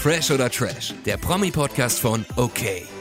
Fresh oder Trash, der Promi-Podcast von OK.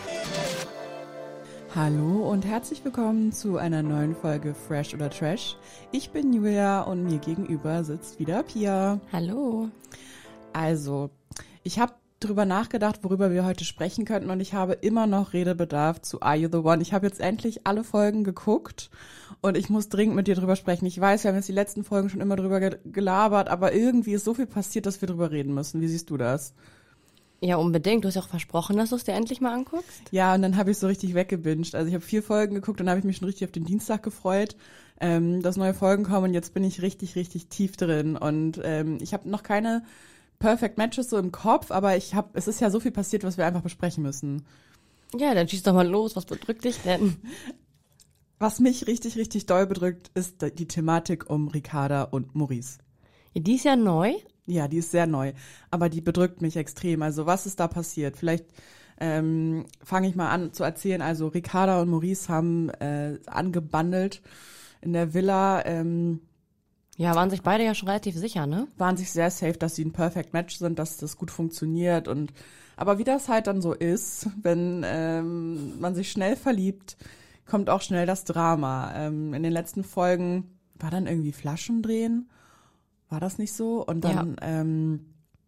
Hallo und herzlich willkommen zu einer neuen Folge Fresh oder Trash. Ich bin Julia und mir gegenüber sitzt wieder Pia. Hallo. Also, ich habe drüber nachgedacht, worüber wir heute sprechen könnten und ich habe immer noch Redebedarf zu Are You The One. Ich habe jetzt endlich alle Folgen geguckt und ich muss dringend mit dir drüber sprechen. Ich weiß, wir haben jetzt die letzten Folgen schon immer drüber gelabert, aber irgendwie ist so viel passiert, dass wir drüber reden müssen. Wie siehst du das? Ja, unbedingt. Du hast ja auch versprochen, dass du es dir endlich mal anguckst. Ja, und dann habe ich so richtig weggebinged. Also ich habe 4 Folgen geguckt und dann habe ich mich schon richtig auf den Dienstag gefreut, dass neue Folgen kommen und jetzt bin ich richtig, richtig tief drin. Und ich habe noch keine Perfect Matches so im Kopf, aber es ist ja so viel passiert, was wir einfach besprechen müssen. Ja, dann schieß doch mal los. Was bedrückt dich denn? Was mich richtig, richtig doll bedrückt, ist die Thematik um Ricarda und Maurice. Ja, die ist ja neu. Ja, die ist sehr neu, aber die bedrückt mich extrem. Also was ist da passiert? Vielleicht fange ich mal an zu erzählen. Also Ricarda und Maurice haben angebandelt in der Villa. Ja, waren sich beide ja schon relativ sicher, ne? Waren sich sehr safe, dass sie ein Perfect Match sind, dass das gut funktioniert. Aber wie das halt dann so ist, wenn man sich schnell verliebt, kommt auch schnell das Drama. In den letzten Folgen war dann irgendwie Flaschendrehen. War das nicht so? Und dann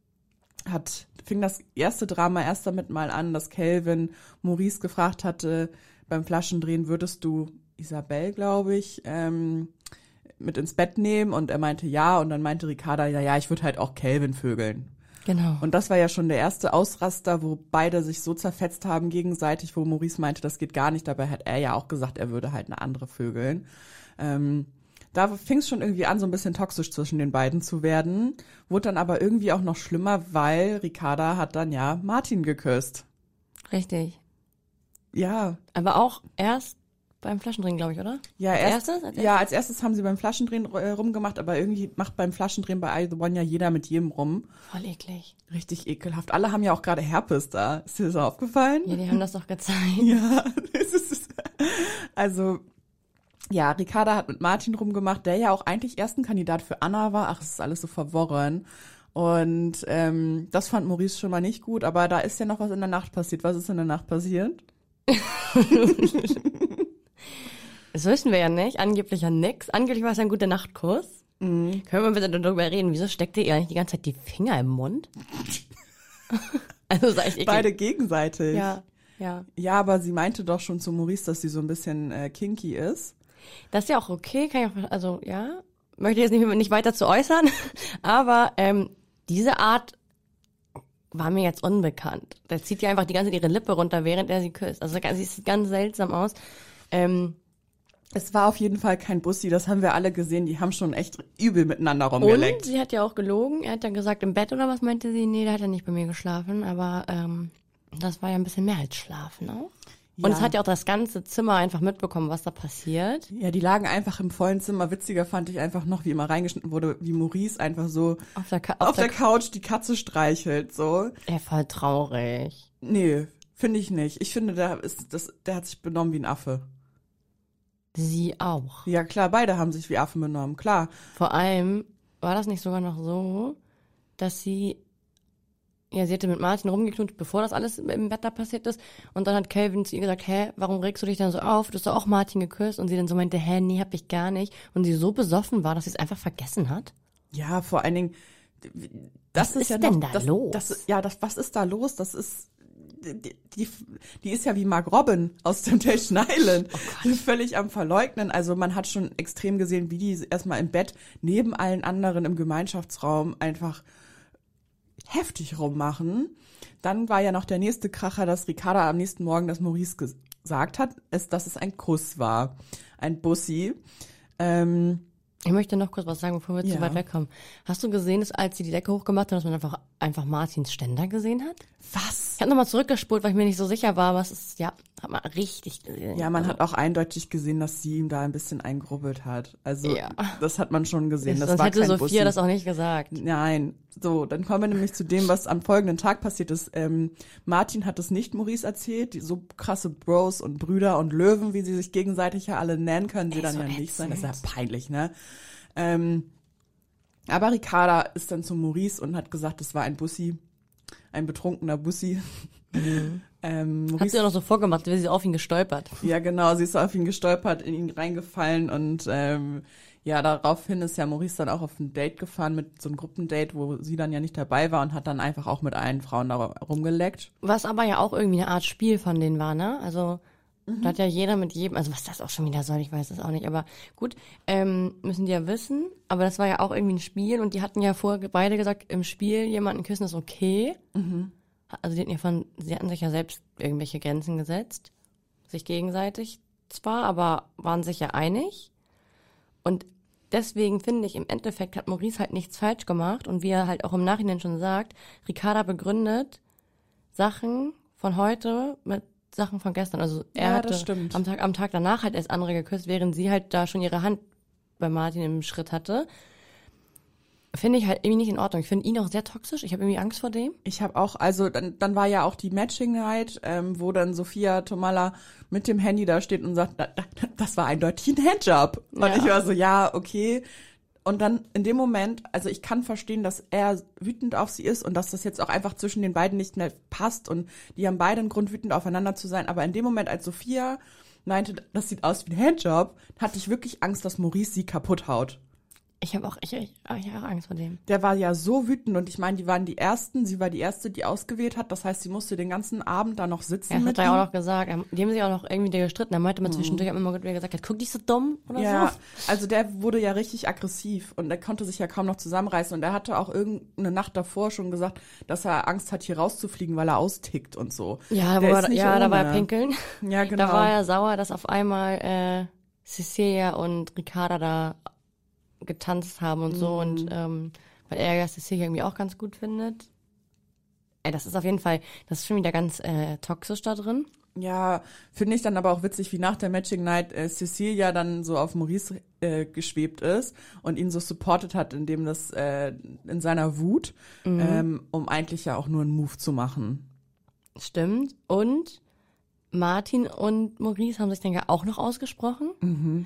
fing das erste Drama erst damit mal an, dass Calvin Maurice gefragt hatte, beim Flaschendrehen würdest du Isabel, glaube ich, mit ins Bett nehmen? Und er meinte ja. Und dann meinte Ricarda, ja, ich würde halt auch Calvin vögeln. Genau. Und das war ja schon der erste Ausraster, wo beide sich so zerfetzt haben gegenseitig, wo Maurice meinte, das geht gar nicht. Dabei hat er ja auch gesagt, er würde halt eine andere vögeln. Da fing es schon irgendwie an, so ein bisschen toxisch zwischen den beiden zu werden. Wurde dann aber irgendwie auch noch schlimmer, weil Ricarda hat dann ja Martin geküsst. Richtig. Ja. Aber auch erst beim Flaschendrehen, glaube ich, oder? Ja, Als erstes haben sie beim Flaschendrehen rumgemacht, aber irgendwie macht beim Flaschendrehen bei I The One ja jeder mit jedem rum. Voll eklig. Richtig ekelhaft. Alle haben ja auch gerade Herpes da. Ist dir das aufgefallen? Ja, die haben das doch gezeigt. Ja, also... Ja, Ricarda hat mit Martin rumgemacht, der ja auch eigentlich erst ein Kandidat für Anna war. Ach, es ist alles so verworren. Und das fand Maurice schon mal nicht gut, aber da ist ja noch was in der Nacht passiert. Was ist in der Nacht passiert? Das wissen wir ja nicht. Angeblich ja nix. Angeblich war es ein guter Nachtkuss. Können wir bitte darüber reden? Wieso steckte ihr eigentlich die ganze Zeit die Finger im Mund? Also sag ich beide gegenseitig. Ja. Ja, aber sie meinte doch schon zu Maurice, dass sie so ein bisschen kinky ist. Das ist ja auch okay, kann ich auch, also ja, möchte ich jetzt nicht weiter zu äußern, aber diese Art war mir jetzt unbekannt. Der zieht ja einfach die ganze Zeit ihre Lippe runter, während er sie küsst. Also sie sieht ganz seltsam aus. Es war auf jeden Fall kein Bussi, das haben wir alle gesehen, die haben schon echt übel miteinander rumgeleckt. Und sie hat ja auch gelogen, er hat dann gesagt, im Bett oder was meinte sie? Nee, da hat er nicht bei mir geschlafen, aber das war ja ein bisschen mehr als Schlafen auch. Und es hat ja auch das ganze Zimmer einfach mitbekommen, was da passiert. Ja, die lagen einfach im vollen Zimmer. Witziger fand ich einfach noch, wie immer reingeschnitten wurde, wie Maurice einfach so auf der Couch die Katze streichelt, so. Voll traurig. Nee, finde ich nicht. Ich finde, der hat sich benommen wie ein Affe. Sie auch. Ja, klar, beide haben sich wie Affen benommen, klar. Vor allem war das nicht sogar noch so, dass sie hatte mit Martin rumgeknutscht, bevor das alles im Bett da passiert ist. Und dann hat Calvin zu ihr gesagt, warum regst du dich dann so auf? Du hast doch auch Martin geküsst. Und sie dann so meinte, nee, hab ich gar nicht. Und sie so besoffen war, dass sie es einfach vergessen hat. Ja, vor allen Dingen, was ist ja denn da los? Was ist da los? Das ist, die ist ja wie Mark Robin aus Temptation Island. Oh, völlig am Verleugnen. Also man hat schon extrem gesehen, wie die erstmal im Bett neben allen anderen im Gemeinschaftsraum einfach heftig rummachen. Dann war ja noch der nächste Kracher, dass Ricarda am nächsten Morgen, dass Maurice gesagt hat, dass es ein Kuss war. Ein Bussi. Ich möchte noch kurz was sagen, bevor wir zu weit wegkommen. Hast du gesehen, dass als sie die Decke hochgemacht hat, dass man einfach Martins Ständer gesehen hat? Was? Ich habe nochmal zurückgespult, weil ich mir nicht so sicher war, was ist, hat man richtig gesehen. Ja, man hat auch eindeutig gesehen, dass sie ihm da ein bisschen eingrubbelt hat. Also, das hat man schon gesehen. Das sonst war hätte kein Sophia Bussi. Das auch nicht gesagt. Nein. So, dann kommen wir nämlich zu dem, was am folgenden Tag passiert ist. Martin hat es nicht Maurice erzählt. Die so krasse Bros und Brüder und Löwen, wie sie sich gegenseitig ja alle nennen, können sie dann so ja nicht sein. Das ist ja ätzend. peinlich, ne? Aber Ricarda ist dann zu Maurice und hat gesagt, das war ein Bussi. ein betrunkener Bussi. Hat Maurice, sie auch noch so vorgemacht, wäre sie auf ihn gestolpert. ja genau, sie ist auf ihn gestolpert, in ihn reingefallen und ja, daraufhin ist ja Maurice dann auch auf ein Date gefahren, mit so einem Gruppendate, wo sie dann ja nicht dabei war und hat dann einfach auch mit allen Frauen da rumgeleckt. Was aber ja auch irgendwie eine Art Spiel von denen war, ne? Also da hat ja jeder mit jedem, also was das auch schon wieder soll, ich weiß es auch nicht, aber gut, müssen die ja wissen, aber das war ja auch irgendwie ein Spiel und die hatten ja vorher beide gesagt, im Spiel jemanden küssen ist okay. Also sie hatten sich ja selbst irgendwelche Grenzen gesetzt, sich gegenseitig zwar, aber waren sich ja einig. Und deswegen finde ich, im Endeffekt hat Maurice halt nichts falsch gemacht und wie er halt auch im Nachhinein schon sagt, Ricarda begründet Sachen von heute mit Sachen von gestern. Also er Ja, das hatte stimmt. am Tag danach halt erst andere geküsst, während sie halt da schon ihre Hand bei Martin im Schritt hatte. Finde ich halt irgendwie nicht in Ordnung. Ich finde ihn auch sehr toxisch. Ich habe irgendwie Angst vor dem. Ich habe auch, also dann war ja auch die Matching Night, wo dann Sophia Tomalla mit dem Handy da steht und sagt, das war eindeutig ein Handjob. Und Ja. ich war so, ja, okay. Und dann in dem Moment, also ich kann verstehen, dass er wütend auf sie ist und dass das jetzt auch einfach zwischen den beiden nicht mehr passt und die haben beide einen Grund, wütend aufeinander zu sein. Aber in dem Moment, als Sophia meinte, das sieht aus wie ein Handjob, hatte ich wirklich Angst, dass Maurice sie kaputt haut. Ich habe auch Angst vor dem. Der war ja so wütend und ich meine, sie war die Erste, die ausgewählt hat. Das heißt, sie musste den ganzen Abend da noch sitzen Ja, das mit hat er ihm. auch noch gesagt. Die haben sich auch noch irgendwie gestritten. Er meinte mal zwischendurch, immer wieder gesagt hat, guck dich so dumm oder Ja, so. also der wurde ja richtig aggressiv und er konnte sich ja kaum noch zusammenreißen und er hatte auch irgendeine Nacht davor schon gesagt, dass er Angst hat, hier rauszufliegen, weil er austickt und so. Ja, Der ist nicht da war ohne. er pinkeln. Ja, genau. Da war er sauer, dass auf einmal Cecilia und Ricarda da getanzt haben und so und weil er ja Cecilia irgendwie auch ganz gut findet. Das ist auf jeden Fall, das ist schon wieder ganz toxisch da drin. Ja, finde ich dann aber auch witzig, wie nach der Matching Night Cecilia dann so auf Maurice geschwebt ist und ihn so supportet hat, indem das in seiner Wut, um eigentlich ja auch nur einen Move zu machen. Stimmt. Und Martin und Maurice haben sich dann ja auch noch ausgesprochen.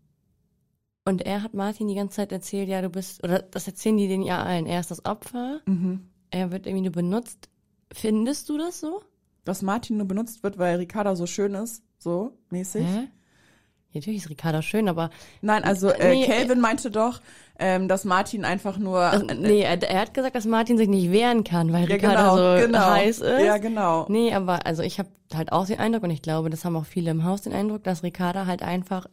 Und er hat Martin die ganze Zeit erzählt, ja, du bist, oder das erzählen die denen ja allen. Er ist das Opfer, er wird irgendwie nur benutzt. Findest du das so? Dass Martin nur benutzt wird, weil Ricarda so schön ist, so mäßig. Hä? Natürlich ist Ricarda schön, aber Nein, also Calvin meinte doch, dass Martin einfach nur... er hat gesagt, dass Martin sich nicht wehren kann, weil ja, Ricarda so heiß ist. Ja, genau. Nee, aber also ich habe halt auch den Eindruck, und ich glaube, das haben auch viele im Haus den Eindruck, dass Ricarda halt einfach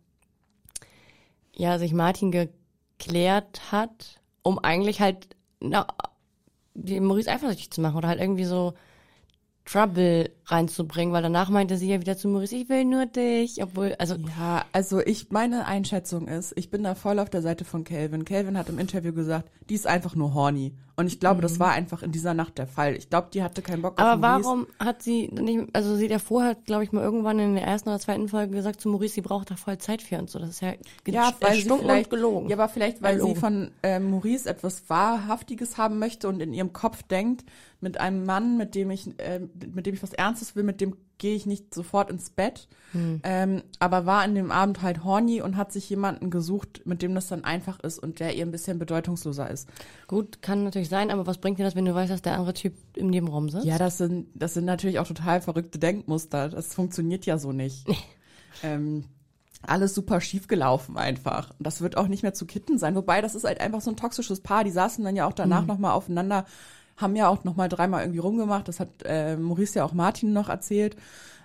sich Martin geklärt hat, um eigentlich halt die Maurice eifersüchtig zu machen oder halt irgendwie so Trouble reinzubringen, weil danach meinte sie ja wieder zu Maurice, ich will nur dich, obwohl, also Ja, also meine Einschätzung ist, ich bin da voll auf der Seite von Calvin. Calvin hat im Interview gesagt, die ist einfach nur horny. Und ich glaube, das war einfach in dieser Nacht der Fall. Ich glaube, die hatte keinen Bock auf aber Maurice. warum hat sie nicht, also sie hat ja vorher, glaube ich, mal irgendwann in der ersten oder zweiten Folge gesagt zu Maurice, sie braucht da voll Zeit für und so. Das ist ja, Weil sie erstunken vielleicht, und gelogen. Ja, aber vielleicht, weil sie Erlogen. von Maurice etwas Wahrhaftiges haben möchte und in ihrem Kopf denkt, mit einem Mann, mit dem ich was Ernstes will, mit dem gehe ich nicht sofort ins Bett. Aber war an dem Abend halt horny und hat sich jemanden gesucht, mit dem das dann einfach ist und der ihr ein bisschen bedeutungsloser ist. Gut, kann natürlich sein, aber was bringt dir das, wenn du weißt, dass der andere Typ im Nebenraum sitzt? Ja, das sind natürlich auch total verrückte Denkmuster. Das funktioniert ja so nicht. Alles super schief gelaufen einfach. Und das wird auch nicht mehr zu kitten sein. Wobei, das ist halt einfach so ein toxisches Paar. Die saßen dann ja auch danach nochmal aufeinander, haben ja auch nochmal dreimal irgendwie rumgemacht. Das hat Maurice ja auch Martin noch erzählt.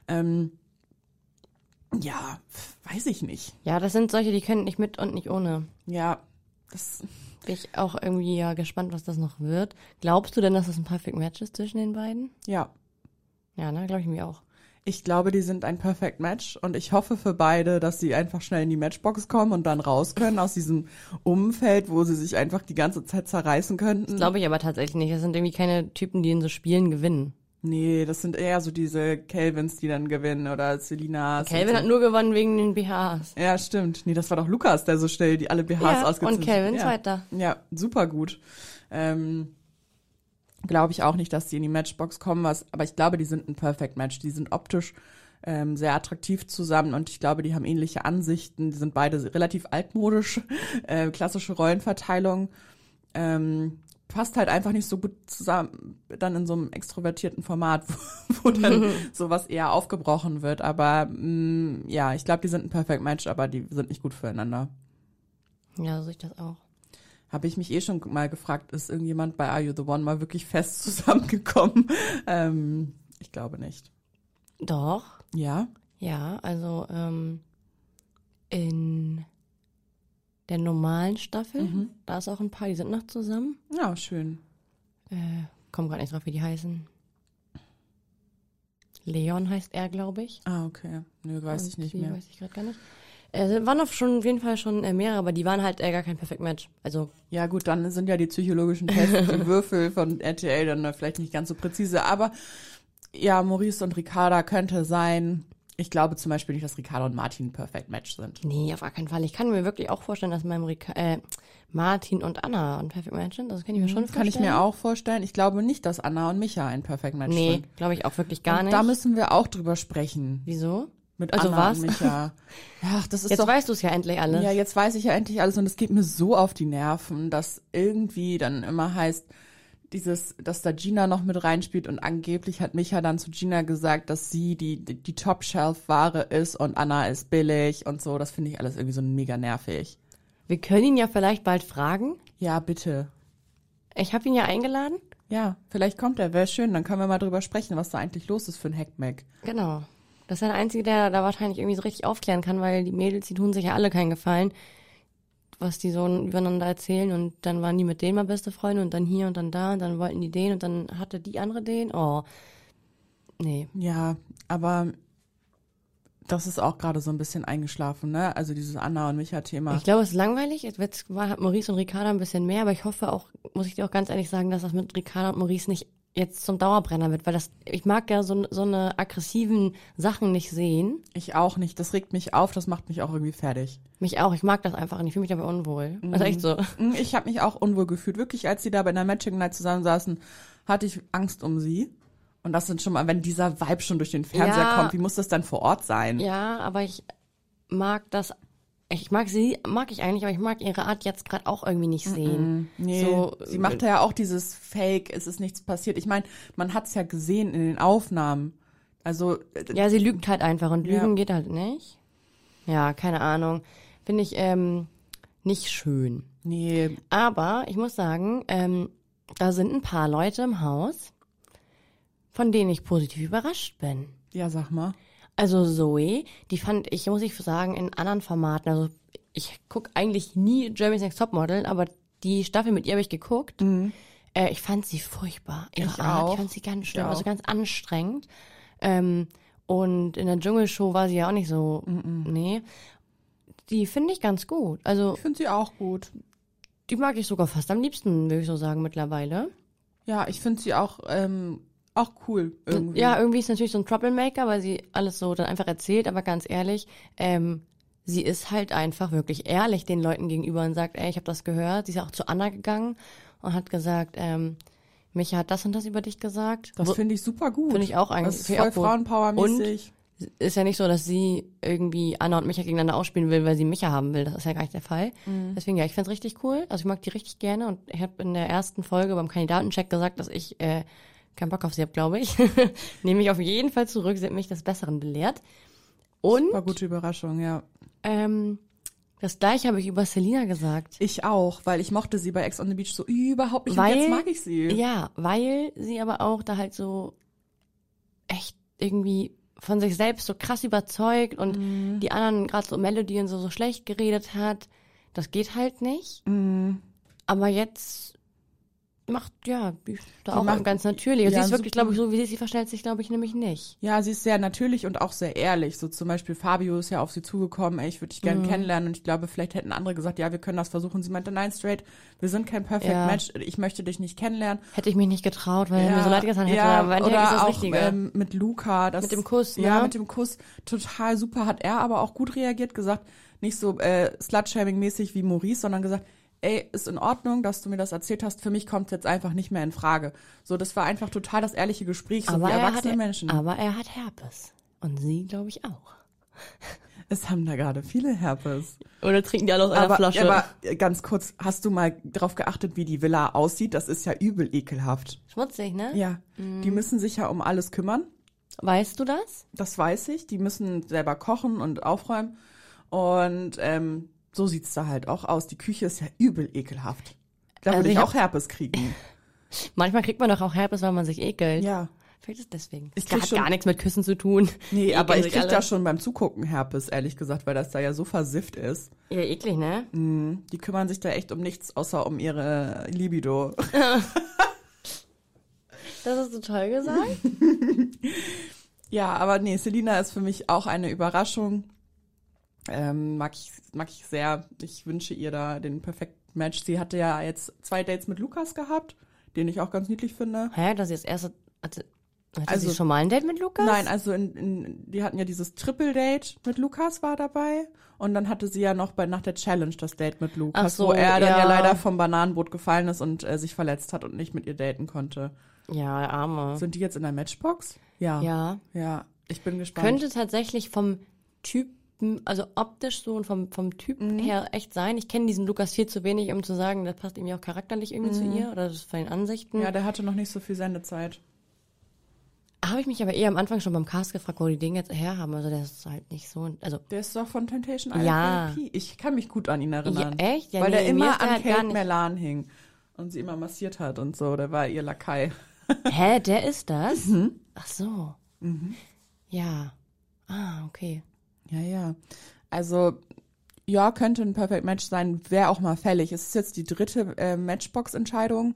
Ja, weiß ich nicht. Ja, das sind solche, die können nicht mit und nicht ohne. Ja, das... Bin ich auch irgendwie ja gespannt, was das noch wird. Glaubst du denn, dass das ein Perfect Match ist zwischen den beiden? Ja, Ja, ne, glaube ich mir auch. ich glaube, die sind ein Perfect Match und ich hoffe für beide, dass sie einfach schnell in die Matchbox kommen und dann raus können aus diesem Umfeld, wo sie sich einfach die ganze Zeit zerreißen könnten. Das glaube ich aber tatsächlich nicht. Das sind irgendwie keine Typen, die in so Spielen gewinnen. Nee, das sind eher so diese Calvins, die dann gewinnen oder Celinas. Calvin hat nur gewonnen wegen den BHs. Ja, stimmt. Nee, das war doch Lukas, der so schnell die alle BHs Ja, ausgezogen hat. und Calvin ja. Zweiter. Ja, super gut. Glaube ich auch nicht, dass die in die Matchbox kommen, aber ich glaube, die sind ein Perfect Match. Die sind optisch sehr attraktiv zusammen und ich glaube, die haben ähnliche Ansichten. Die sind beide relativ altmodisch, klassische Rollenverteilung. passt halt einfach nicht so gut zusammen, dann in so einem extrovertierten Format, wo dann sowas eher aufgebrochen wird. Aber ja, ich glaube, die sind ein Perfect Match, aber die sind nicht gut füreinander. Ja, so sehe ich das auch. Habe ich mich schon mal gefragt, ist irgendjemand bei Are You The One mal wirklich fest zusammengekommen? Ich glaube nicht. Doch. Ja? Ja, also in der normalen Staffel, da ist auch ein paar, die sind noch zusammen. Ja, schön. Komm gerade nicht drauf, wie die heißen. Leon heißt er, glaube ich. Ah, okay. Nö, weiß ich nicht mehr. Weiß ich gerade gar nicht. Waren auf jeden Fall schon mehrere, aber die waren halt gar kein Perfect Match. Also ja gut, dann sind ja die psychologischen Tests, die Würfel von RTL dann vielleicht nicht ganz so präzise. Aber ja, Maurice und Ricarda könnte sein. Ich glaube zum Beispiel nicht, dass Ricarda und Martin ein Perfect Match sind. nee, auf gar keinen Fall. Ich kann mir wirklich auch vorstellen, dass Martin und Anna ein Perfect Match sind. Das kann ich mir schon vorstellen. Kann ich mir auch vorstellen. Ich glaube nicht, dass Anna und Micha ein Perfect Match Nee, sind. glaube ich auch wirklich gar Und nicht. da müssen wir auch drüber sprechen. Wieso? Mit Also Anna was? und Micha. Ja, das ist Jetzt doch... weißt du es ja endlich alles. Ja, jetzt weiß ich ja endlich alles und es geht mir so auf die Nerven, dass irgendwie dann immer heißt, dass da Gina noch mit reinspielt und angeblich hat Micha dann zu Gina gesagt, dass sie die Top-Shelf-Ware ist und Anna ist billig und so. Das finde ich alles irgendwie so mega nervig. Wir können ihn ja vielleicht bald fragen. Ja, bitte. Ich habe ihn ja eingeladen. Ja, vielleicht kommt er, wäre schön. Dann können wir mal drüber sprechen, was da eigentlich los ist für ein Hackmack. Genau. Das ist ja der Einzige, der da wahrscheinlich irgendwie so richtig aufklären kann, weil die Mädels, die tun sich ja alle keinen Gefallen, was die so übereinander erzählen. Und dann waren die mit denen mal beste Freunde und dann hier und dann da und dann wollten die den und dann hatte die andere den. Oh, nee. Ja, aber das ist auch gerade so ein bisschen eingeschlafen, ne? Also dieses Anna und Micha-Thema. Ich glaube, es ist langweilig. Jetzt hat Maurice und Ricarda ein bisschen mehr, aber ich hoffe auch, muss ich dir auch ganz ehrlich sagen, dass das mit Ricarda und Maurice nicht jetzt zum Dauerbrenner wird, weil ich mag ja so eine aggressiven Sachen nicht sehen. Ich auch nicht. Das regt mich auf, das macht mich auch irgendwie fertig. Mich auch, ich mag das einfach nicht, ich fühle mich dabei unwohl. Das ist echt so. Ich habe mich auch unwohl gefühlt. Wirklich, als sie da bei der Matching Night zusammensaßen, hatte ich Angst um sie. Und das sind schon mal, wenn dieser Vibe schon durch den Fernseher Ja. kommt, wie muss das dann vor Ort sein? Ja, aber ich mag das, mag ich eigentlich, aber ich mag ihre Art jetzt gerade auch irgendwie nicht sehen. Nee, So, sie macht ja auch dieses Fake, es ist nichts passiert. Ich meine, man hat's ja gesehen in den Aufnahmen. Also, Ja, sie lügt halt einfach und Ja. Lügen geht halt nicht. Ja, keine Ahnung. Finde ich nicht schön. nee, Aber ich muss sagen, da sind ein paar Leute im Haus, von denen ich positiv überrascht bin. ja, sag mal. Also Zoe, die fand ich, muss ich sagen, in anderen Formaten, also ich gucke eigentlich nie Germany's Next Topmodel, aber die Staffel mit ihr habe ich geguckt. Ich fand sie furchtbar. Ihre Ich Art, auch. ich fand sie ganz schlimm, Ich also auch. ganz anstrengend. Und in der Dschungelshow war sie ja auch nicht so, nee. Die finde ich ganz gut. Also Ich finde sie auch gut. die mag ich sogar fast am liebsten, würde ich so sagen, mittlerweile. Ja, ich finde sie auch cool irgendwie. Ja, irgendwie ist natürlich so ein Troublemaker, weil sie alles so dann einfach erzählt, aber ganz ehrlich, sie ist halt einfach wirklich ehrlich den Leuten gegenüber und sagt, ey, ich habe das gehört. Sie ist auch zu Anna gegangen und hat gesagt, Micha hat das und das über dich gesagt. Das finde ich super gut. Finde ich auch eigentlich. Das ist finde ich voll auch gut. Frauenpower-mäßig. Ist ja nicht so, dass sie irgendwie Anna und Micha gegeneinander ausspielen will, weil sie Micha haben will. Das ist ja gar nicht der Fall. Deswegen, ja, ich find's richtig cool. Also ich mag die richtig gerne und ich habe in der ersten Folge beim Kandidatencheck gesagt, dass ich keinen Bock auf sie habe, glaube ich. Nehme ich auf jeden Fall zurück. Sie hat mich des Besseren belehrt. Und War gute Überraschung, ja. das Gleiche habe ich über Selina gesagt. Ich auch, weil ich mochte sie bei Ex on the Beach so überhaupt nicht. Weil, und jetzt mag ich sie. Ja, weil sie aber auch da halt so echt irgendwie von sich selbst so krass überzeugt und die anderen gerade so Melodien so schlecht geredet hat. Das geht halt nicht. Aber jetzt macht, ja, die ist da auch macht- ganz natürlich. Also ja, sie ist wirklich, super. glaube ich, so wie sie verstellt sich, glaube ich, nämlich nicht. Ja, sie ist sehr natürlich und auch sehr ehrlich. So zum Beispiel Fabio ist ja auf sie zugekommen, ey, ich würde dich gerne kennenlernen. Und ich glaube, vielleicht hätten andere gesagt, ja, wir können das versuchen. Sie meinte, nein, straight, wir sind kein Perfect Ja. Match, ich möchte dich nicht kennenlernen. Hätte ich mich nicht getraut, weil er mir so leid getan hätte. Ja, aber im Endeffekt oder ist das auch Richtige. mit Luca. Das, Mit dem Kuss, ne? Ja, mit dem Kuss. Total super. Hat er aber auch gut reagiert, gesagt, nicht so Slut-Shaming-mäßig wie Maurice, sondern gesagt, ey, ist in Ordnung, dass du mir das erzählt hast. Für mich kommt es jetzt einfach nicht mehr in Frage. So, das war einfach total das ehrliche Gespräch, so wie erwachsene Menschen. Aber er hat Herpes. Und sie, glaube ich, auch. Es haben da gerade viele Herpes. Oder trinken die alle aus einer Flasche? Aber ganz kurz, hast du mal drauf geachtet, wie die Villa aussieht? Das ist ja übel ekelhaft. Schmutzig, ne? Ja, die müssen sich ja um alles kümmern. Weißt du das? Das weiß ich. Die müssen selber kochen und aufräumen. Und so sieht's da halt auch aus. Die Küche ist ja übel ekelhaft. Da würde ich auch Herpes kriegen. Manchmal kriegt man doch auch Herpes, weil man sich ekelt. Ja. Vielleicht ist es deswegen. Ich Das hat gar nichts mit Küssen zu tun. Nee, aber ich krieg alle. da schon beim Zugucken Herpes, ehrlich gesagt, weil das da ja so versifft ist. Ja, eklig, ne? Die kümmern sich da echt um nichts, außer um ihre Libido. Das hast du toll gesagt. Ja, aber nee, Selina ist für mich auch eine Überraschung. Mag ich sehr. Ich wünsche ihr da den perfekten Match. Sie hatte ja jetzt 2 Dates mit Lukas gehabt, den ich auch ganz niedlich finde. Hä, das ist das erste... Hatte sie schon mal ein Date mit Lukas? Nein, also die hatten ja dieses Triple-Date mit Lukas war dabei. Und dann hatte sie ja noch nach der Challenge das Date mit Lukas, Ach so, wo er dann ja leider vom Bananenboot gefallen ist und sich verletzt hat und nicht mit ihr daten konnte. Ja, Arme. Sind die jetzt in der Matchbox? Ja. Ja. Ja, ich bin gespannt. Könnte tatsächlich vom Typen, also optisch so und vom Typen her echt sein. Ich kenne diesen Lukas viel zu wenig, um zu sagen, das passt irgendwie auch charakterlich irgendwie zu ihr oder das ist von den Ansichten. Ja, der hatte noch nicht so viel Sendezeit. Habe ich mich aber eher am Anfang schon beim Cast gefragt, wo die den jetzt herhaben. Also der ist halt nicht so, also Der ist doch von Temptation Island. Ja. VIP. Ich kann mich gut an ihn erinnern. Ja, echt? Ja, weil der mir immer ist der an halt gar Kate nicht- Melan hing und sie immer massiert hat und so. Der war ihr Lakai. Hä, der ist das? Ach so. Ja. Ah, okay. Ja, ja. Also, ja, könnte ein Perfect Match sein, wäre auch mal fällig. Es ist jetzt die 3. Matchbox-Entscheidung.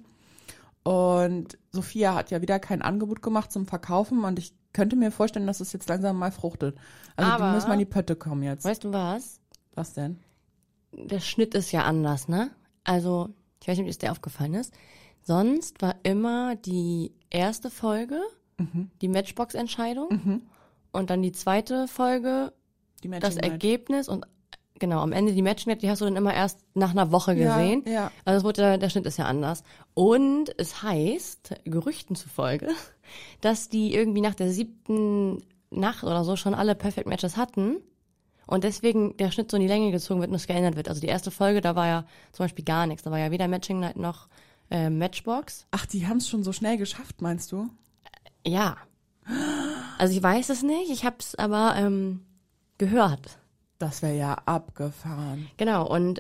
Und Sophia hat ja wieder kein Angebot gemacht zum Verkaufen und ich könnte mir vorstellen, dass es jetzt langsam mal fruchtet. Also Aber- die müssen mal in die Pötte kommen jetzt. Weißt du was? Was denn? Der Schnitt ist ja anders, ne? Also, ich weiß nicht, ob dir das aufgefallen ist. Sonst war immer die erste Folge die Matchbox-Entscheidung und dann die zweite Folge Die das Matching Night. Ergebnis und genau, am Ende die Matching, die hast du dann immer erst nach einer Woche gesehen. Ja. Also es wurde, der Schnitt ist ja anders. Und es heißt, Gerüchten zufolge, dass die irgendwie nach der 7. Nacht oder so schon alle Perfect Matches hatten und deswegen der Schnitt so in die Länge gezogen wird und es geändert wird. Also die erste Folge, da war ja zum Beispiel gar nichts. Da war ja weder Matching Night noch Matchbox. Ach, die haben es schon so schnell geschafft, meinst du? Ja. Also ich weiß es nicht, ich habe es aber gehört. Das wäre ja abgefahren. Genau, und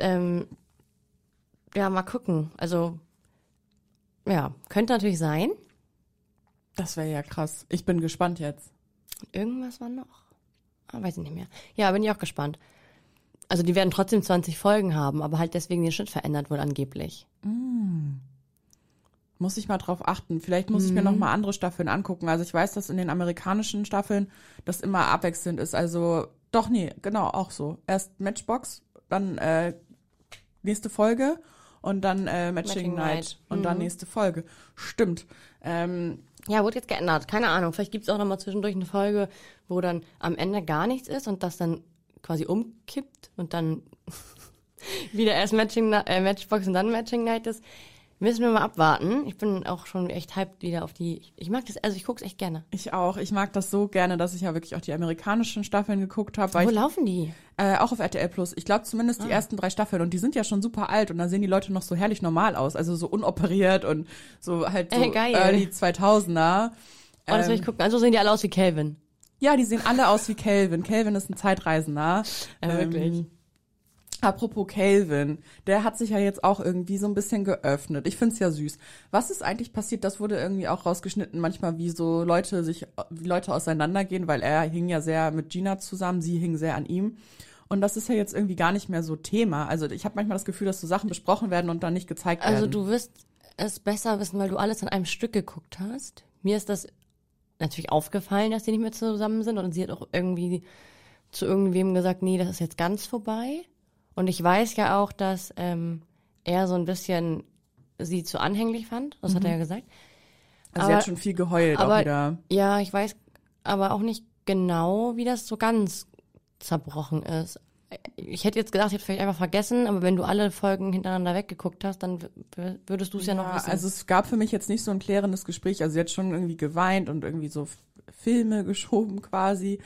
ja, mal gucken. Also, ja, könnte natürlich sein. Das wäre ja krass. Ich bin gespannt jetzt. Irgendwas war noch. Ah, weiß ich nicht mehr. Ja, bin ich auch gespannt. Also die werden trotzdem 20 Folgen haben, aber halt deswegen den Schnitt verändert wohl angeblich. Muss ich mal drauf achten. Vielleicht muss ich mir noch mal andere Staffeln angucken. Also ich weiß, dass in den amerikanischen Staffeln das immer abwechselnd ist. Also doch, nee, genau, auch so. Erst Matchbox, dann nächste Folge und dann Matching Night und dann nächste Folge. Stimmt. Ja, wurde jetzt geändert. Keine Ahnung. Vielleicht gibt's auch noch mal zwischendurch eine Folge, wo dann am Ende gar nichts ist und das dann quasi umkippt und dann wieder erst Matchbox und dann Matching Night ist. Müssen wir mal abwarten. Ich bin auch schon echt hyped wieder auf die. Ich mag das, also ich guck's echt gerne. Ich auch. Ich mag das so gerne, dass ich ja wirklich auch die amerikanischen Staffeln geguckt habe. Wo laufen die? Auch auf RTL Plus. Ich glaube zumindest die ersten 3 Staffeln. Und die sind ja schon super alt. Und da sehen die Leute noch so herrlich normal aus. Also so unoperiert und so halt so Geil. Early 2000er. Oh, das will ich gucken. Also sehen die alle aus wie Calvin. Ja, die sehen alle aus wie Calvin. Calvin ist ein Zeitreisender. Ja, wirklich. Apropos Calvin, der hat sich ja jetzt auch irgendwie so ein bisschen geöffnet. Ich find's ja süß. Was ist eigentlich passiert? Das wurde irgendwie auch rausgeschnitten, manchmal wie so Leute auseinandergehen, weil er hing ja sehr mit Gina zusammen, sie hing sehr an ihm. Und das ist ja jetzt irgendwie gar nicht mehr so Thema. Also ich habe manchmal das Gefühl, dass so Sachen besprochen werden und dann nicht gezeigt werden. Also du wirst es besser wissen, weil du alles an einem Stück geguckt hast. Mir ist das natürlich aufgefallen, dass die nicht mehr zusammen sind und sie hat auch irgendwie zu irgendwem gesagt, nee, das ist jetzt ganz vorbei. Und ich weiß ja auch, dass er so ein bisschen sie zu anhänglich fand. Das hat er ja gesagt. Also sie hat schon viel geheult auch wieder. Ja, ich weiß aber auch nicht genau, wie das so ganz zerbrochen ist. Ich hätte jetzt gedacht, ich hätte vielleicht einfach vergessen, aber wenn du alle Folgen hintereinander weggeguckt hast, dann würdest du es ja noch wissen. Also es gab für mich jetzt nicht so ein klärendes Gespräch. Also sie hat schon irgendwie geweint und irgendwie so Filme geschoben quasi.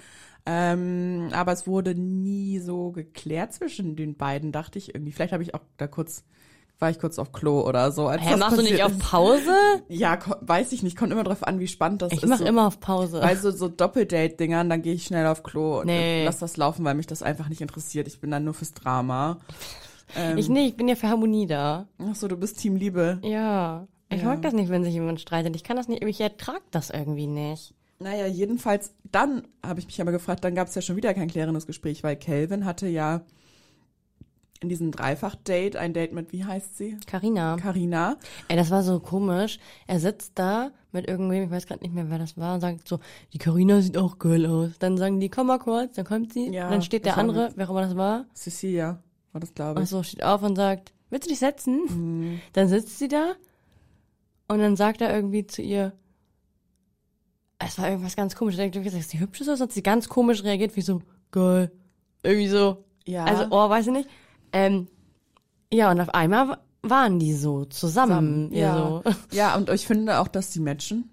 Aber es wurde nie so geklärt zwischen den beiden, dachte ich irgendwie. Vielleicht war ich kurz auf Klo oder so. Als das Machst du nicht passiert auf ist. Pause? Ja, weiß ich nicht. Kommt immer drauf an, wie spannend das ist. Ich mache so. immer auf Pause. Bei so Doppeldate-Dingern, dann gehe ich schnell auf Klo und Nee. lass das laufen, weil mich das einfach nicht interessiert. Ich bin dann nur fürs Drama. Ich bin ja für Harmonie da. Ach so, du bist Team Liebe. Ja. Ich mag das nicht, wenn sich jemand streitet. Ich kann das nicht, ich ertrag das irgendwie nicht. Naja, jedenfalls, dann habe ich mich aber gefragt, dann gab es ja schon wieder kein klärendes Gespräch, weil Calvin hatte ja in diesem Dreifach-Date ein Date mit, wie heißt sie? Carina. Carina. Ey, das war so komisch. Er sitzt da mit irgendwem, ich weiß gerade nicht mehr, wer das war, und sagt so, die Carina sieht auch geil aus. Dann sagen die, komm mal kurz, dann kommt sie. Ja, und dann steht der das war andere, mit- wer auch immer das war, Cecilia war das, glaube ich. ach so, steht auf und sagt, willst du dich setzen? Dann sitzt sie da und dann sagt er irgendwie zu ihr, es war irgendwas ganz komisch. Ich denke, ist die hübsch ist, oder hat sie ganz komisch reagiert, wie so, geil. Irgendwie so. Ja. Also, weiß ich nicht. Ja, und auf einmal waren die so zusammen. Ja. So. Ja, und ich finde auch, dass sie matchen.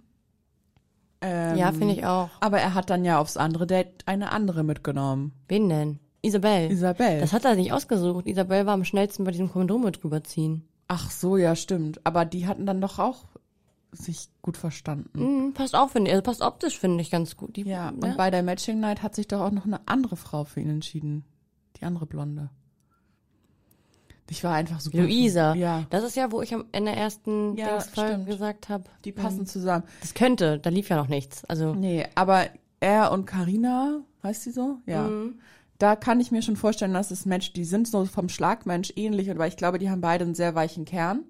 Ja, finde ich auch. Aber er hat dann ja aufs andere Date eine andere mitgenommen. Wen denn? Isabel. Isabel. Das hat er nicht ausgesucht. Isabel war am schnellsten bei diesem Kondom mit drüberziehen. Ach so, ja, stimmt. Aber die hatten dann doch auch sich gut verstanden. Passt auch, finde ich. Also passt optisch, finde ich, ganz gut. Ja, und bei der Matching Night hat sich doch auch noch eine andere Frau für ihn entschieden. Die andere Blonde. Ich war einfach super. Luisa. Ja, Das ist ja, wo ich in der ersten Ja, Folge stimmt. gesagt habe. die passen zusammen. Das könnte, da lief ja noch nichts. Also, Nee, aber er und Carina, heißt sie so? Ja. Da kann ich mir schon vorstellen, dass das Match, die sind so vom Schlagmensch ähnlich, weil ich glaube, die haben beide einen sehr weichen Kern,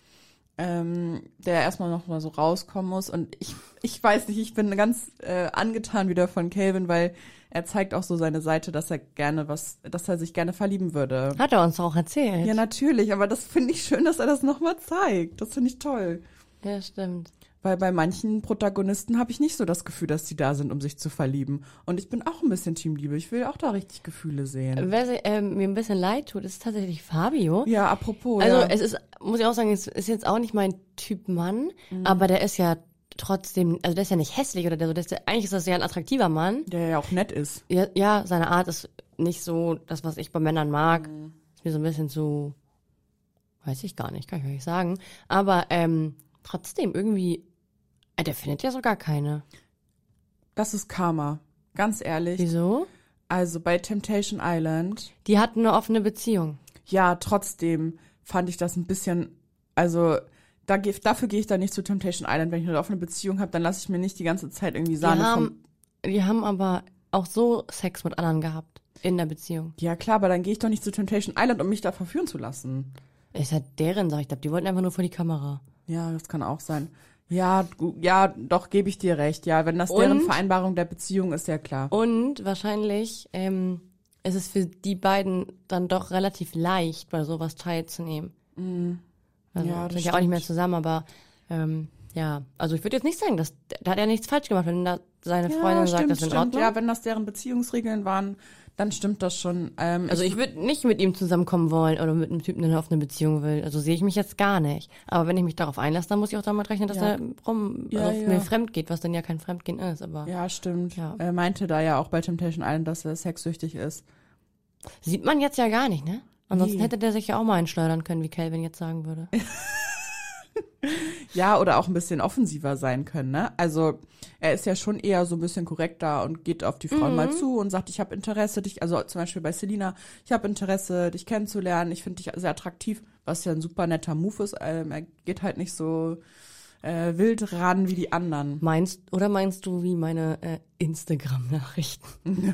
der erstmal noch mal so rauskommen muss. Und ich weiß nicht, ich bin ganz angetan wieder von Calvin, weil er zeigt auch so seine Seite, dass er sich gerne verlieben würde. hat er uns auch erzählt. Ja, natürlich, aber das finde ich schön, dass er das nochmal zeigt. Das finde ich toll. Ja, stimmt. Weil bei manchen Protagonisten habe ich nicht so das Gefühl, dass die da sind, um sich zu verlieben. Und ich bin auch ein bisschen Teamliebe. Ich will auch da richtig Gefühle sehen. Wer mir ein bisschen leid tut, ist tatsächlich Fabio. Ja, apropos. Also ja. es ist, muss ich auch sagen, es ist jetzt auch nicht mein Typ Mann, aber der ist ja trotzdem, also der ist ja nicht hässlich oder eigentlich ist das ja ein attraktiver Mann. Der ja auch nett ist. Ja, seine Art ist nicht so das, was ich bei Männern mag. Ist mir so ein bisschen zu, weiß ich gar nicht, kann ich gar nicht sagen. Aber trotzdem irgendwie, der findet ja sogar keine. Das ist Karma. Ganz ehrlich. Wieso? Also bei Temptation Island, Die hatten eine offene Beziehung. ja, trotzdem fand ich das ein bisschen, also dafür gehe ich da nicht zu Temptation Island. Wenn ich eine offene Beziehung habe, dann lasse ich mir nicht die ganze Zeit irgendwie Sahne Die haben aber auch so Sex mit anderen gehabt in der Beziehung. Ja, klar, aber dann gehe ich doch nicht zu Temptation Island, um mich da verführen zu lassen. Ist ja deren Sache. Ich glaube, die wollten einfach nur vor die Kamera. Ja, das kann auch sein. Ja, ja, doch, gebe ich dir recht. Ja, wenn das deren Vereinbarung der Beziehung ist, ja klar. Und wahrscheinlich ist es für die beiden dann doch relativ leicht, bei sowas teilzunehmen. Also, Ja, das sind ja auch nicht mehr stimmt. zusammen, aber ja, also ich würde jetzt nicht sagen, da hat er nichts falsch gemacht, wenn da seine Freundin sagt, das ist in Ordnung. Ja, wenn das deren Beziehungsregeln waren, dann stimmt das schon. Also ich würde nicht mit ihm zusammenkommen wollen oder mit einem Typen, der eine offene Beziehung will. Also sehe ich mich jetzt gar nicht. Aber wenn ich mich darauf einlasse, dann muss ich auch damit rechnen, dass Ja. er Ja, ja. mir fremd geht, was dann ja kein Fremdgehen ist. Aber Ja, stimmt. Ja. Er meinte da ja auch bei Temptation Island, dass er sexsüchtig ist. sieht man jetzt ja gar nicht, ne? Ansonsten Nee. hätte der sich ja auch mal einschleudern können, wie Calvin jetzt sagen würde. Ja, oder auch ein bisschen offensiver sein können, ne? Also er ist ja schon eher so ein bisschen korrekter und geht auf die Frauen mal zu und sagt, ich habe Interesse, dich, also zum Beispiel bei Selina, ich habe Interesse, dich kennenzulernen, ich finde dich sehr attraktiv, was ja ein super netter Move ist. Er geht halt nicht so wild ran wie die anderen. Meinst du wie meine Instagram-Nachrichten?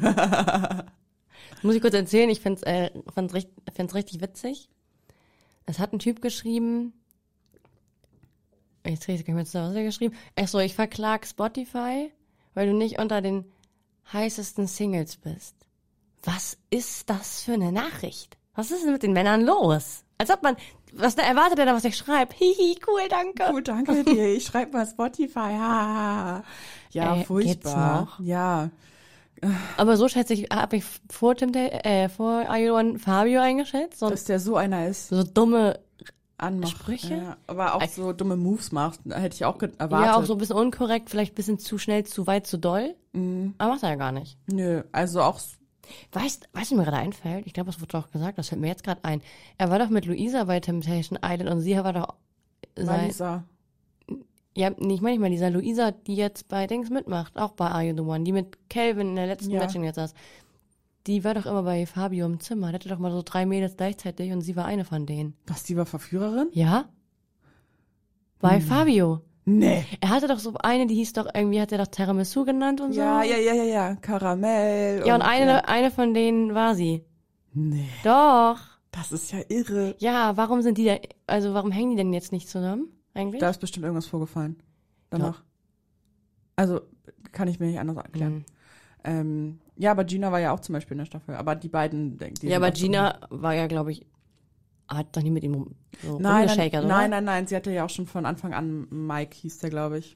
Muss ich kurz erzählen, ich find's richtig witzig. Es hat ein Typ geschrieben, jetzt krieg ich gar nicht mehr zusammen, was hat er geschrieben? Achso, ich verklag Spotify, weil du nicht unter den heißesten Singles bist. Was ist das für eine Nachricht? Was ist denn mit den Männern los? Als ob erwartet er da, was ich schreibe? Hihi, cool, danke. Gut, danke dir. Ich schreibe mal Spotify. Ha. Ja, furchtbar. geht's noch? Ja. Aber so schätze ich, habe ich vor Are You One Fabio eingeschätzt. So, Dass der so einer ist. so dumme anmacht. Sprüche? Ja, aber auch so dumme Moves macht, hätte ich auch erwartet. Ja, auch so ein bisschen unkorrekt, vielleicht ein bisschen zu schnell, zu weit, zu doll. Aber macht er ja gar nicht. Nö, also auch Weißt du, was mir gerade einfällt? Ich glaube, das wurde doch gesagt, das fällt mir jetzt gerade ein. Er war doch mit Luisa bei Temptation Island und sie war doch Marisa. Ja, nee, ich meine nicht mal dieser Luisa, die jetzt bei Dings mitmacht, auch bei Are You The One, die mit Calvin in der letzten Matching jetzt saß. Die war doch immer bei Fabio im Zimmer. Der hatte doch mal so 3 Mädels gleichzeitig und sie war eine von denen. Was, die war Verführerin? Ja? Bei Fabio. Nee. Er hatte doch so eine, die hieß doch irgendwie, hat er doch Tiramisu genannt und so. Ja. Karamell. Ja, und eine von denen war sie. Nee. Doch. Das ist ja irre. Ja, warum sind die da, also warum hängen die denn jetzt nicht zusammen eigentlich? Da ist bestimmt irgendwas vorgefallen. Danach. Also, kann ich mir nicht anders erklären. Ja, aber Gina war ja auch zum Beispiel in der Staffel. Aber die beiden, ja, aber Gina war ja, glaube ich, hat doch nie mit ihm rumgeschakert, oder? Nein. Sie hatte ja auch schon von Anfang an, Mike hieß der, glaube ich.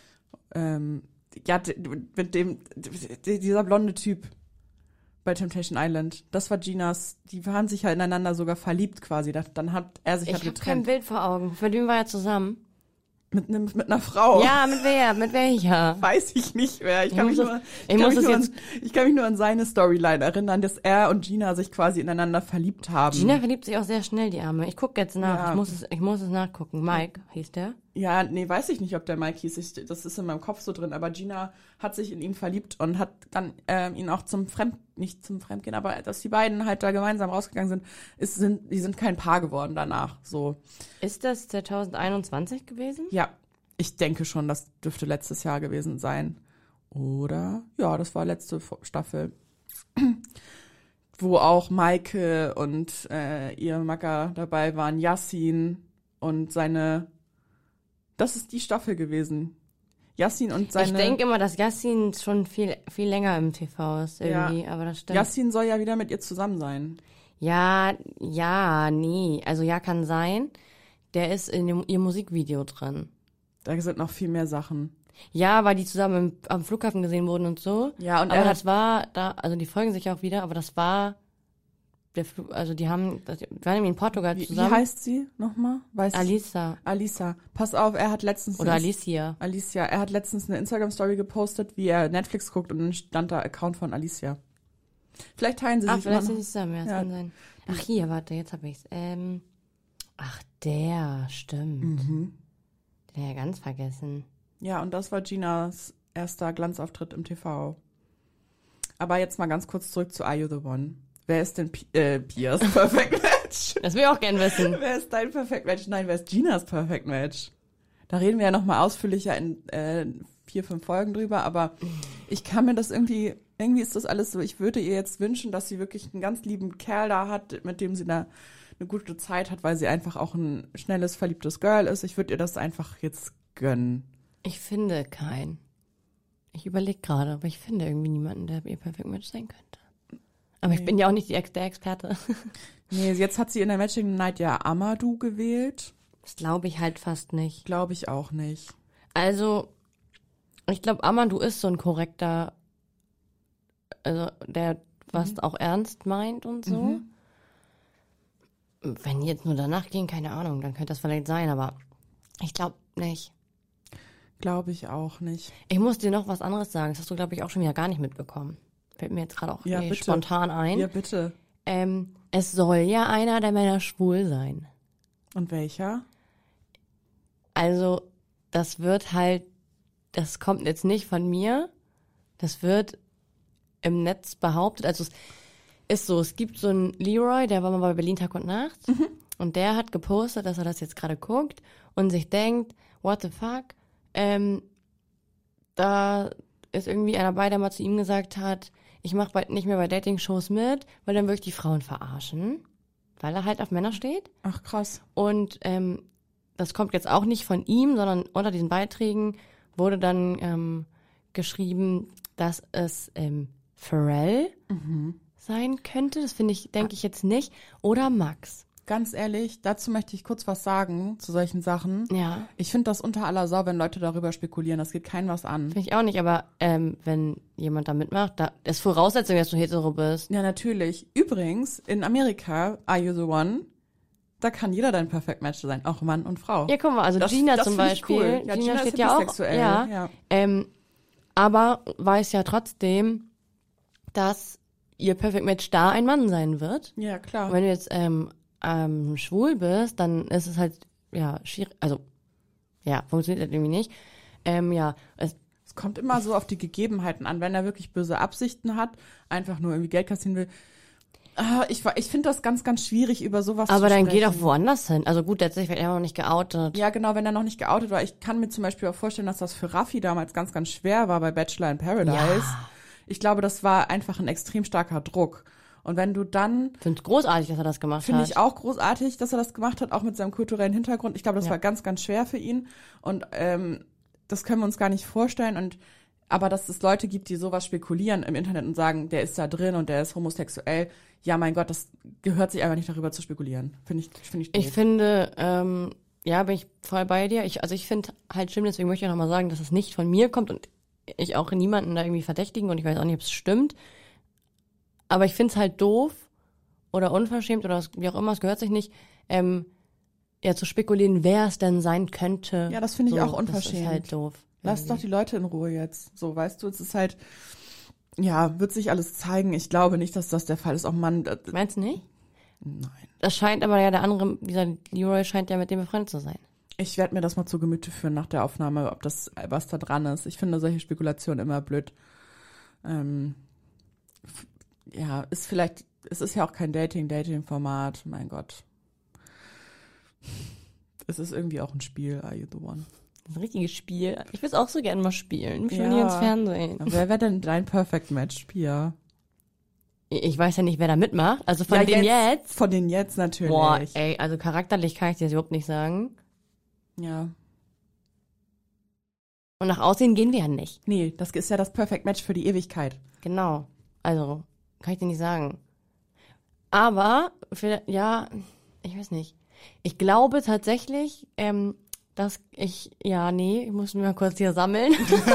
Ja, mit dem, dieser blonde Typ bei Temptation Island. Das war Ginas, die haben sich ja ineinander sogar verliebt quasi. Dann hat er sich Ich habe kein getrennt. Bild vor Augen. Für den war er zusammen. Mit einer Frau. Ja, mit wer? Mit welcher? Weiß ich nicht mehr. Ich kann mich nur an seine Storyline erinnern, dass er und Gina sich quasi ineinander verliebt haben. Gina verliebt sich auch sehr schnell, die Arme. Ich gucke jetzt nach. Ja. Ich muss es nachgucken. Mike hieß der. Ja, nee, weiß ich nicht, ob der Mike hieß. Das ist in meinem Kopf so drin. Aber Gina hat sich in ihn verliebt und hat dann ihn auch nicht zum Fremdgehen, aber dass die beiden halt da gemeinsam rausgegangen sind, die sind kein Paar geworden danach. So. Ist das 2021 gewesen? Ja, ich denke schon, das dürfte letztes Jahr gewesen sein. Oder? Ja, das war letzte Staffel. Wo auch Maike und ihr Macker dabei waren, Yassin und seine. Das ist die Staffel gewesen. Yassin und seine. Ich denke immer, dass Yassin schon viel länger im TV ist irgendwie, aber das stimmt. Yassin soll ja wieder mit ihr zusammen sein. Ja, nee. Also ja, kann sein. Der ist in ihr Musikvideo drin. Da sind noch viel mehr Sachen. Ja, weil die zusammen am Flughafen gesehen wurden und so. Ja, und aber das war da, also die folgen sich auch wieder, aber das war der Flug, also die waren nämlich in Portugal zusammen. Wie heißt sie nochmal? Alisa. Pass auf, er hat letztens... Oder Alicia. Er hat letztens eine Instagram-Story gepostet, wie er Netflix guckt und dann stand da Account von Alicia. Vielleicht teilen sie sich vielleicht noch. sind sie zusammen, ja, das kann sein. Ach, hier, warte, jetzt habe ich's. Ach, der, stimmt. Den hab ich ja ganz vergessen. Ja, und das war Ginas erster Glanzauftritt im TV. Aber jetzt mal ganz kurz zurück zu Are You The One? Wer ist denn Pias Perfect Match? Das will ich auch gern wissen. Wer ist dein Perfect Match? Nein, wer ist Ginas Perfect Match? Da reden wir ja nochmal ausführlicher in 4-5 Folgen drüber, aber ich kann mir das irgendwie ist das alles so, ich würde ihr jetzt wünschen, dass sie wirklich einen ganz lieben Kerl da hat, mit dem sie eine gute Zeit hat, weil sie einfach auch ein schnelles, verliebtes Girl ist. Ich würde ihr das einfach jetzt gönnen. Ich finde keinen. Ich überlege gerade, aber ich finde irgendwie niemanden, der ihr Perfect Match sein könnte. Aber ich bin ja auch nicht der Experte. Nee, jetzt hat sie in der Matching Night ja Amadou gewählt. Das glaube ich halt fast nicht. Glaube ich auch nicht. Also, ich glaube, Amadou ist so ein korrekter, also der was auch ernst meint und so. Wenn die jetzt nur danach gehen, keine Ahnung, dann könnte das vielleicht sein, aber ich glaube nicht. Glaube ich auch nicht. Ich muss dir noch was anderes sagen, das hast du, glaube ich, auch schon wieder gar nicht mitbekommen. Fällt mir jetzt gerade auch spontan ein. Ja, bitte. Es soll ja einer der Männer schwul sein. Und welcher? Also, das kommt jetzt nicht von mir. Das wird im Netz behauptet. Also, es ist so, es gibt so einen Leroy, der war mal bei Berlin Tag und Nacht. Und der hat gepostet, dass er das jetzt gerade guckt und sich denkt, what the fuck? Da ist irgendwie einer bei, der mal zu ihm gesagt hat, ich mache bald nicht mehr bei Dating-Shows mit, weil dann würde ich die Frauen verarschen, weil er halt auf Männer steht. Ach, krass. Und das kommt jetzt auch nicht von ihm, sondern unter diesen Beiträgen wurde dann geschrieben, dass es Pharrell sein könnte. Das denke ich jetzt nicht. Oder Max. Ganz ehrlich, dazu möchte ich kurz was sagen, zu solchen Sachen. Ja. Ich finde das unter aller Sau, wenn Leute darüber spekulieren. Das geht keinem was an. Finde ich auch nicht, aber wenn jemand da mitmacht, da ist Voraussetzung, dass du hetero bist. Ja, natürlich. Übrigens, in Amerika, Are You The One, Da kann jeder dein Perfect Match sein, auch Mann und Frau. Ja, guck mal, also Gina zum find ich Beispiel. cool. Ja, Gina ist steht ja auch. bisexuell. Ja. Aber weiß ja trotzdem, dass ihr Perfect Match da ein Mann sein wird. Ja, klar. Und wenn du jetzt schwul bist, dann ist es halt, ja, schwierig, also, ja, funktioniert das irgendwie nicht. Es kommt immer so auf die Gegebenheiten an. Wenn er wirklich böse Absichten hat, einfach nur irgendwie Geld kassieren will. Ich finde das ganz, ganz schwierig, über sowas aber zu sprechen. dann geh doch woanders hin. Also gut, der hat sich vielleicht immer noch nicht geoutet. Ja, genau, wenn er noch nicht geoutet war. Ich kann mir zum Beispiel auch vorstellen, dass das für Raffi damals ganz, ganz schwer war bei Bachelor in Paradise. Ja. Ich glaube, das war einfach ein extrem starker Druck. Und wenn du dann... Ich finde es großartig, dass er das gemacht hat. Finde ich auch großartig, dass er das gemacht hat, auch mit seinem kulturellen Hintergrund. Ich glaube, das war ganz, ganz schwer für ihn. Und das können wir uns gar nicht vorstellen. Aber dass es Leute gibt, die sowas spekulieren im Internet und sagen, der ist da drin und der ist homosexuell. Ja, mein Gott, das gehört sich einfach nicht, darüber zu spekulieren. Finde ich doof. Ich finde, bin ich voll bei dir. Ich finde halt schlimm, deswegen möchte ich nochmal sagen, dass es nicht von mir kommt und ich auch niemanden da irgendwie verdächtigen und ich weiß auch nicht, ob es stimmt. Aber ich finde es halt doof oder unverschämt oder wie auch immer, es gehört sich nicht, zu spekulieren, wer es denn sein könnte. Ja, das finde ich auch unverschämt. Das ist halt doof. Lass doch die Leute in Ruhe jetzt. So, weißt du, es ist halt, ja, wird sich alles zeigen. Ich glaube nicht, dass das der Fall ist. Auch Mann. Meinst du nicht? Nein. Das scheint aber ja der andere, dieser Leroy scheint ja mit dem befreundet zu sein. Ich werde mir das mal zu Gemüte führen nach der Aufnahme, ob das, was da dran ist. Ich finde solche Spekulationen immer blöd. Es ist ja auch kein Dating-Format, mein Gott. Es ist irgendwie auch ein Spiel, Are You the One? Das ist ein richtiges Spiel. Ich will es auch so gerne mal spielen. Ich will nie ins Fernsehen. Wer wäre denn dein Perfect Match, Pia? Ich weiß ja nicht, wer da mitmacht. Also von denen jetzt. Von denen jetzt natürlich. Boah, ey, also charakterlich kann ich dir das überhaupt nicht sagen. Ja. Und nach Aussehen gehen wir ja nicht. Nee, das ist ja das Perfect Match für die Ewigkeit. Genau. Also, kann ich dir nicht sagen. Aber, ich weiß nicht. Ich glaube tatsächlich, dass ich muss mich mal kurz hier sammeln.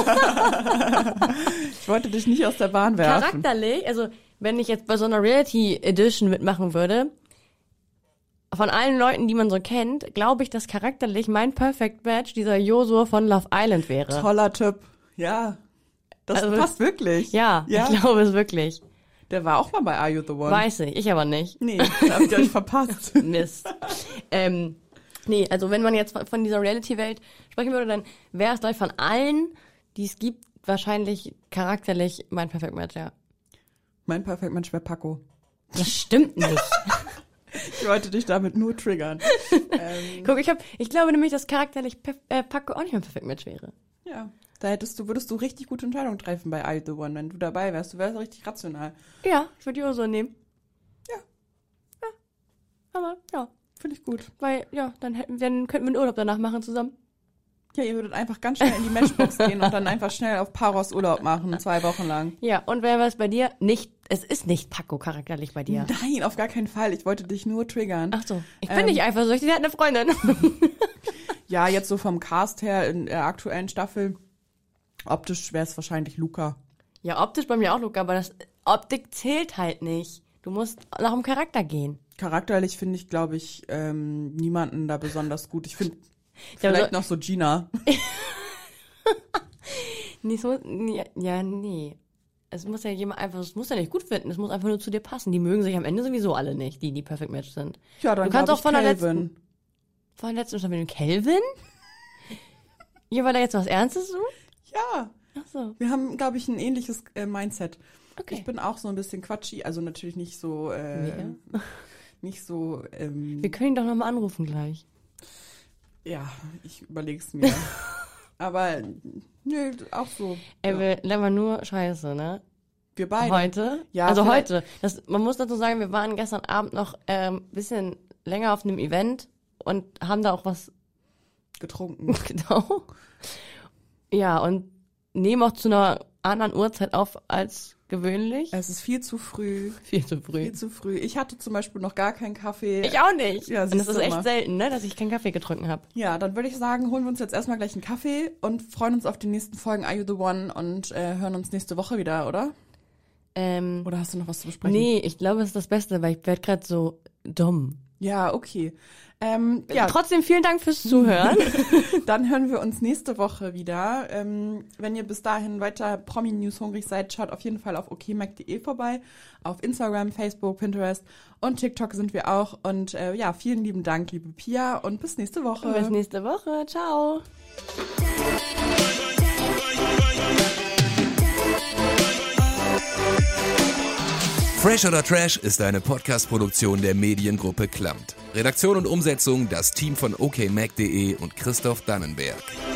Ich wollte dich nicht aus der Bahn werfen. Charakterlich, also wenn ich jetzt bei so einer Reality Edition mitmachen würde, von allen Leuten, die man so kennt, glaube ich, dass charakterlich mein Perfect Match dieser Josua von Love Island wäre. Toller Typ. Ja. Das passt wirklich. Ja, ich glaube es wirklich. Der war auch mal bei Are You the One? Weiß ich aber nicht. Nee, da habt ihr euch verpasst. Mist. Nee, also wenn man jetzt von dieser Reality-Welt sprechen würde, dann wäre es gleich von allen, die es gibt, wahrscheinlich charakterlich mein Perfect Match, ja. Mein Perfect Match wäre Paco. Das stimmt nicht. Ich wollte dich damit nur triggern. Guck, ich glaube nämlich, dass charakterlich Paco auch nicht mein Perfect Match wäre. Ja, da würdest du richtig gute Entscheidungen treffen bei Are You the One, wenn du dabei wärst. Du wärst richtig rational. Ja, ich würde die auch so nehmen. Ja. Ja. Aber, ja. Finde ich gut. Weil, ja, dann könnten wir einen Urlaub danach machen zusammen. Ja, ihr würdet einfach ganz schnell in die Matchbox gehen und dann einfach schnell auf Paros Urlaub machen, 2 Wochen lang. Ja, und wer war es bei dir? Es ist nicht Paco charakterlich bei dir. Nein, auf gar keinen Fall. Ich wollte dich nur triggern. Ach so. Ich bin nicht eifersüchtig, der hat eine Freundin. Ja, jetzt so vom Cast her in der aktuellen Staffel, optisch wäre es wahrscheinlich Luca. Ja, optisch bei mir auch Luca, aber Optik zählt halt nicht. Du musst nach dem Charakter gehen. Charakterlich finde ich, glaube ich, niemanden da besonders gut. Ich finde vielleicht noch so Gina. Nee. Es muss ja nicht gut finden, es muss einfach nur zu dir passen. Die mögen sich am Ende sowieso alle nicht, die Perfect Match sind. Ja, dann du kannst auch von der Calvin. letzten Staffel mit Calvin? Ja, weil da jetzt was Ernstes so? Ja. Ach so. Wir haben, glaube ich, ein ähnliches Mindset. Okay. Ich bin auch so ein bisschen quatschig, also natürlich nicht so, nicht so, Wir können ihn doch nochmal anrufen gleich. Ja, ich überleg's mir. Aber, nö, auch so. Wir lernen nur Scheiße, ne? Wir beide. Heute? Ja, also heute. Man muss dazu sagen, wir waren gestern Abend noch bisschen länger auf einem Event und haben da auch was getrunken. Genau. Ja, und nehmen auch zu einer anderen Uhrzeit auf als gewöhnlich. Es ist viel zu früh. Viel zu früh. Viel zu früh. Ich hatte zum Beispiel noch gar keinen Kaffee. Ich auch nicht. Ja, und das ist echt selten, ne, dass ich keinen Kaffee getrunken habe. Ja, dann würde ich sagen, holen wir uns jetzt erstmal gleich einen Kaffee und freuen uns auf die nächsten Folgen Are You the One und hören uns nächste Woche wieder, oder? Oder hast du noch was zu besprechen? Nee, ich glaube, es ist das Beste, weil ich werde gerade so dumm. Ja, okay. Trotzdem vielen Dank fürs Zuhören. Dann hören wir uns nächste Woche wieder. Wenn ihr bis dahin weiter Promi-News hungrig seid, schaut auf jeden Fall auf okmac.de vorbei. Auf Instagram, Facebook, Pinterest und TikTok sind wir auch. Und vielen lieben Dank, liebe Pia, und bis nächste Woche. Bis nächste Woche. Ciao. Fresh oder Trash ist eine Podcast-Produktion der Mediengruppe Klamt. Redaktion und Umsetzung das Team von okmac.de und Christoph Dannenberg.